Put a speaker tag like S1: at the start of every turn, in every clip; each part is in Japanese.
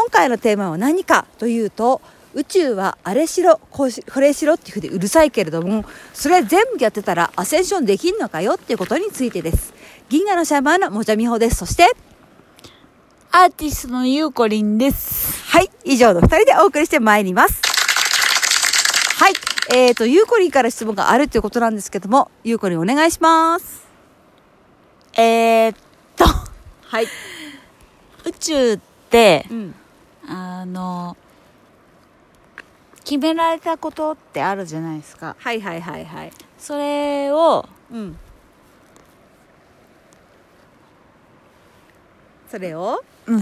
S1: 今回のテーマは何かというと、宇宙はあれしろこれしろっていうふうにうるさいけれども、それ全部やってたらアセンションできんのかよっていうことについてです。銀河のシャーマンのもじゃみほです。そして
S2: アーティストのゆうこりんです。
S1: はい、以上の2人でお送りしてまいります。はい、ゆうこりんから質問があるということなんですけども、ゆうこりんお願いします。
S2: はい。宇宙って、決められたことってあるじゃないですか。
S1: はいはいはいはい。
S2: それを、
S1: それを、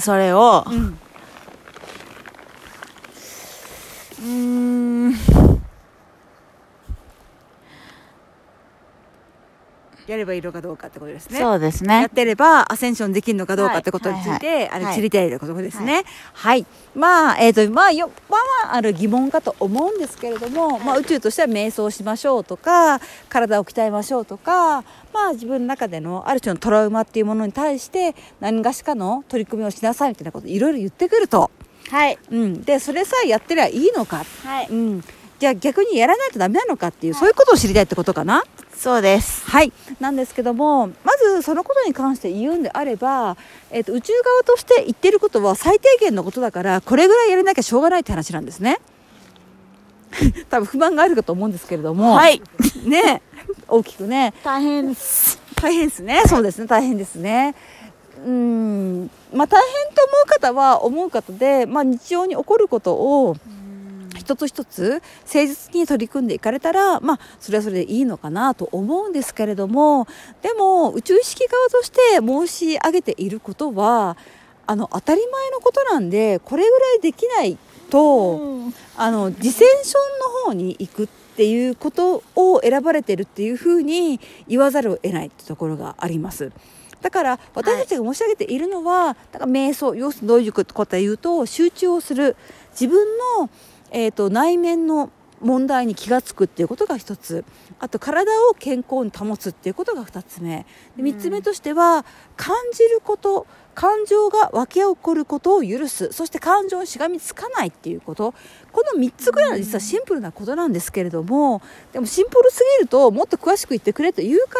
S1: やればいいのかどうかってことですね。
S2: そうですね。
S1: やってればアセンションできるのかどうかってことについて、知りたいということですね。はい。まあある疑問かと思うんですけれども、宇宙としては瞑想しましょうとか、体を鍛えましょうとか、自分の中でのある種のトラウマっていうものに対して何がしかの取り組みをしなさいみたいなことをいろいろ言ってくると。
S2: はい。
S1: で、それさえやってりゃいいのか。
S2: はい。
S1: じゃあ逆にやらないとダメなのかっていう、そういうことを知りたいってことかな。
S2: そうです。
S1: はい。なんですけども、まずそのことに関して言うんであれば、宇宙側として言ってることは最低限のことだから、これぐらいやらなきゃしょうがないって話なんですね。多分不満があるかと思うんですけれども。
S2: はい。
S1: ね、大きくね。
S2: 大変です。
S1: 大変ですね。そうですね。大変ですね。大変と思う方は思う方で、日常に起こることを、一つ一つ誠実に取り組んでいかれたら、それはそれでいいのかなと思うんですけれども、でも宇宙意識側として申し上げていることは当たり前のことなんで、これぐらいできないと、ディセンションの方に行くっていうことを選ばれてるっていうふうに言わざるを得ないってところがあります。だから私たちが申し上げているのは、瞑想、要するにどういうことかというと、集中をする、自分の内面の問題に気がつくっていうことが一つ、あと体を健康に保つっていうことが二つ目で、三つ目としては感じること、感情が湧き起こることを許す、そして感情にしがみつかないっていうこと、この3つぐらいは実はシンプルなことなんですけれども、でもシンプルすぎるともっと詳しく言ってくれと言うから、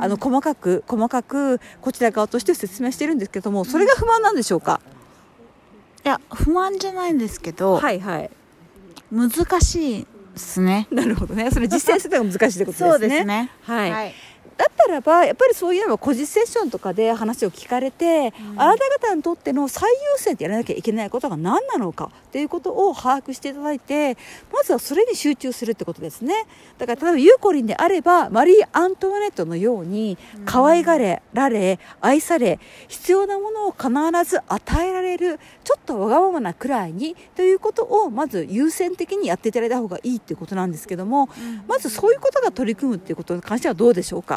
S1: 細かくこちら側として説明してるんですけども、それが不満なんでしょうか。
S2: いや、不満じゃないんですけど、
S1: はいはい、
S2: 難しいですね。
S1: なるほどね。それ実践するのが難しいってことですね。
S2: そうですね。
S1: はい。だったらばやっぱりそういうのは個人セッションとかで話を聞かれて、あなた方にとっての最優先でやらなきゃいけないことが何なのかっていうことを把握していただいて、まずはそれに集中するってことですね。だから例えばゆうこりんであれば、マリー・アントワネットのように可愛がられ愛され、必要なものを必ず与えられる、ちょっとわがままなくらいにということをまず優先的にやっていただいた方がいいっていうことなんですけども、まずそういうことが取り組むっていうことに関してはどうでしょうか。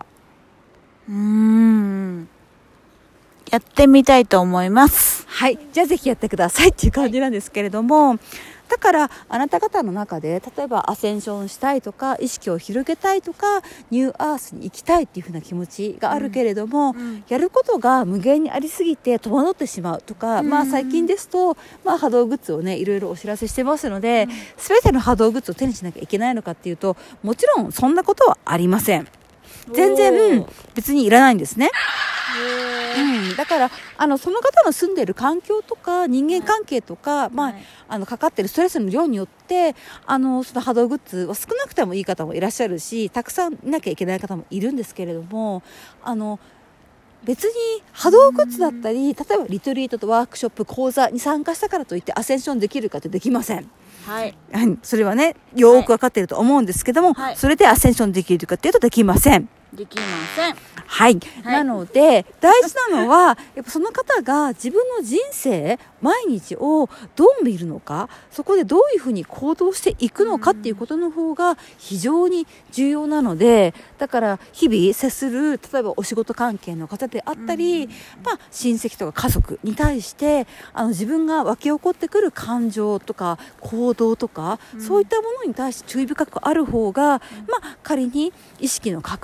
S2: やってみたいと思います。
S1: はい、じゃあぜひやってくださいっていう感じなんですけれども、だからあなた方の中で例えばアセンションしたいとか、意識を広げたいとか、ニューアースに行きたいっていう風な気持ちがあるけれども、やることが無限にありすぎて戸惑ってしまうとか、最近ですと、波動グッズをねいろいろお知らせしてますので、全ての波動グッズを手にしなきゃいけないのかっていうと、もちろんそんなことはありません。全然別にいらないんですね。だからその方の住んでいる環境とか人間関係とか、かかっているストレスの量によってその波動グッズは少なくてもいい方もいらっしゃるし、たくさんいなきゃいけない方もいるんですけれども、別に波動グッズだったり、例えばリトリートとワークショップ、講座に参加したからといってアセンションできるかってできません。それはねよく分かっていると思うんですけども、それでアセンションできるかっていうとできません。
S2: できません。
S1: なので大事なのはやっぱその方が自分の人生毎日をどう見るのか、そこでどういうふうに行動していくのかっていうことの方が非常に重要なので、だから日々接する例えばお仕事関係の方であったり、親戚とか家族に対して自分が湧き起こってくる感情とか行動とか、そういったものに対して注意深くある方が、仮に意識の拡大と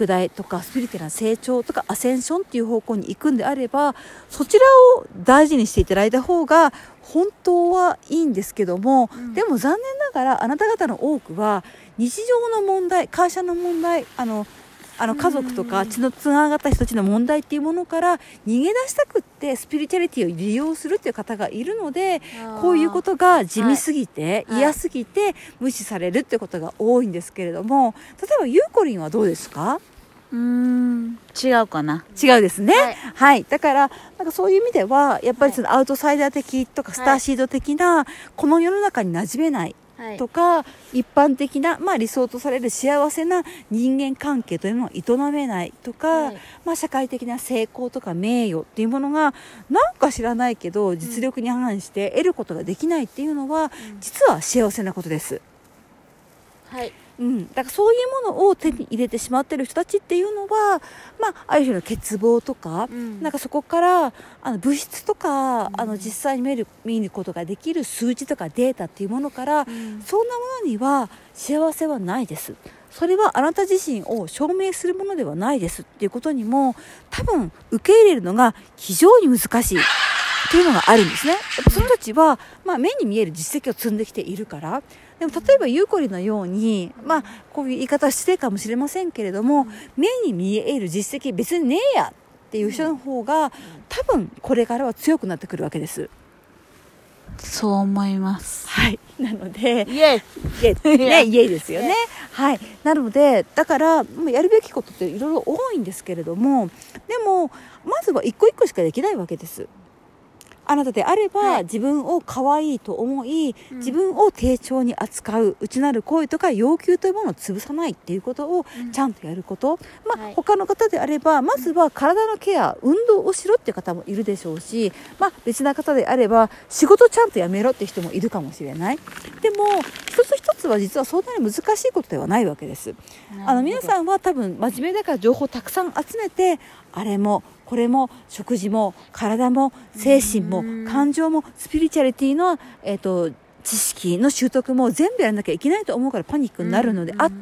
S1: とかスピリチュアルな成長とかアセンションっていう方向に行くんであれば、そちらを大事にしていただいた方が本当はいいんですけども、でも残念ながらあなた方の多くは日常の問題、会社の問題、家族とか血のつながった人たちの問題っていうものから逃げ出したくってスピリチュアリティを利用するっていう方がいるので、こういうことが地味すぎて、嫌すぎて無視されるっていうことが多いんですけれども、例えばゆうこりんはどうですか？
S2: 違うかな。
S1: 違うですね。はい。だから、なんかそういう意味では、やっぱりそのアウトサイダー的とかスターシード的な、この世の中に馴染めないとか、一般的な、理想とされる幸せな人間関係というのを営めないとか、社会的な成功とか名誉っていうものが、なんか知らないけど、実力に反して得ることができないっていうのは、実は幸せなことです。
S2: はい。
S1: だからそういうものを手に入れてしまっている人たちっていうのは、ある種の欠乏とか、なんかそこから物質とか、実際に見ることができる数字とかデータっていうものから、そんなものには幸せはないです。それはあなた自身を証明するものではないですっていうことにも多分受け入れるのが非常に難しいというのがあるんですね。その人たちは、目に見える実績を積んできているから。でも例えばゆうこりのように、こういう言い方は失礼かもしれませんけれども、目に見える実績別にねえやっていう人の方が、多分これからは強くなってくるわけです。
S2: そう思います。
S1: はい。なので、
S2: イエ
S1: イですよね。はい。なので、だから、やるべきことっていろいろ多いんですけれども、でも、まずは一個一個しかできないわけです。あなたであれば、自分を可愛いと思い、自分を丁重に扱う内なる声とか要求というものを潰さないっていうことをちゃんとやること、他の方であればまずは体のケア、運動をしろっていう方もいるでしょうし、別な方であれば仕事ちゃんとやめろって人もいるかもしれない。でも一つ一つは実はそんなに難しいことではないわけです。皆さんは多分真面目だから情報をたくさん集めて、あれもこれも食事も体も精神も感情もスピリチュアリティの、知識の習得も全部やらなきゃいけないと思うからパニックになるのであって、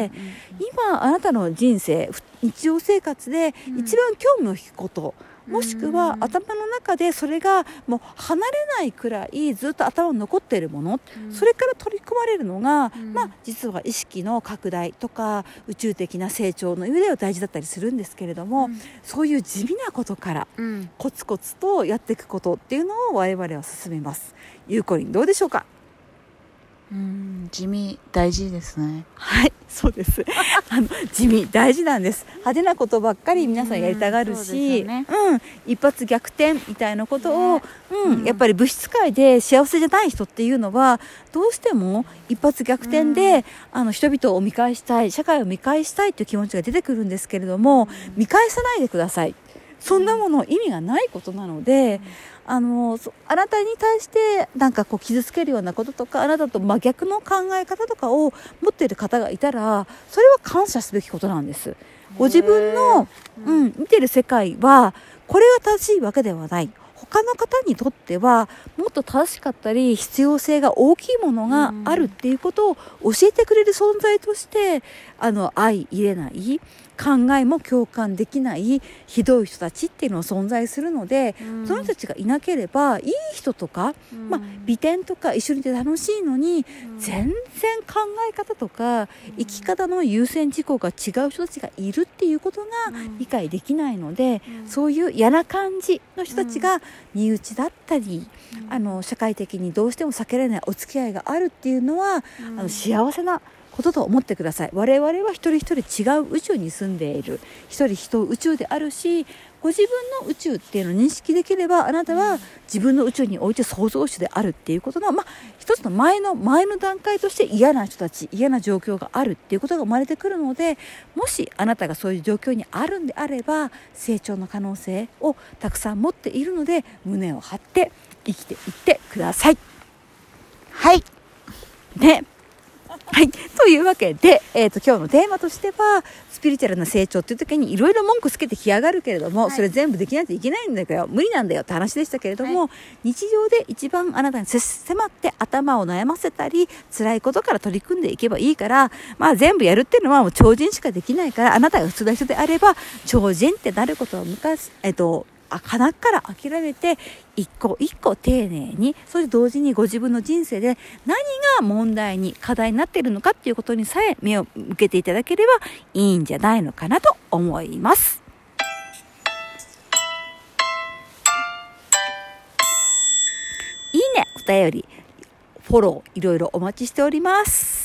S1: 今あなたの人生日常生活で一番興味を引くこと、もしくは頭の中でそれがもう離れないくらいずっと頭に残っているもの、それから取り組まれるのが、実は意識の拡大とか宇宙的な成長の上では大事だったりするんですけれども、そういう地味なことからコツコツとやっていくことっていうのを我々は進めます。ゆうこりんどうでしょうか？
S2: 地味大事ですね。
S1: はい、そうです地味大事なんです。派手なことばっかり皆さんやりたがるし、一発逆転みたいなことを、やっぱり物質界で幸せじゃない人っていうのはどうしても一発逆転で、人々を見返したい、社会を見返したいという気持ちが出てくるんですけれども、見返さないでください。そんなもの意味がないことなので、あなたに対してなんかこう傷つけるようなこととか、あなたと真逆の考え方とかを持っている方がいたら、それは感謝すべきことなんです。ご自分の、見てる世界はこれが正しいわけではない。他の方にとってはもっと正しかったり必要性が大きいものがあるっていうことを教えてくれる存在として、相入れない考えも共感できないひどい人たちっていうのは存在するので、その人たちがいなければいい人とか、美点とか一緒にいて楽しいのに、全然考え方とか生き方の優先事項が違う人たちがいるっていうことが理解できないので、そういう嫌な感じの人たちが身内だったり、社会的にどうしても避けられないお付き合いがあるっていうのは、幸せなことと思ってください。我々は一人一人違う宇宙に住んでいる、一人一宇宙であるし、ご自分の宇宙っていうのを認識できれば、あなたは自分の宇宙において創造主であるっていうことの、一つの前の段階として嫌な人たち、嫌な状況があるっていうことが生まれてくるので、もしあなたがそういう状況にあるんであれば、成長の可能性をたくさん持っているので、胸を張って生きていってください。
S2: はい。
S1: ね。 はい。というわけで、今日のテーマとしては、スピリチュアルな成長っていう時にいろいろ文句つけてきやがるけれども、それ全部できないといけないんだけど、無理なんだよって話でしたけれども、日常で一番あなたに迫って頭を悩ませたり、辛いことから取り組んでいけばいいから、まあ全部やるっていうのはもう超人しかできないから、あなたが普通の人であれば、超人ってなることは鼻から諦めて一個一個丁寧に、そして同時にご自分の人生で何が問題に課題になっているのかっていうことにさえ目を向けていただければいいんじゃないのかなと思います。いいね、お便り、フォローいろいろお待ちしております。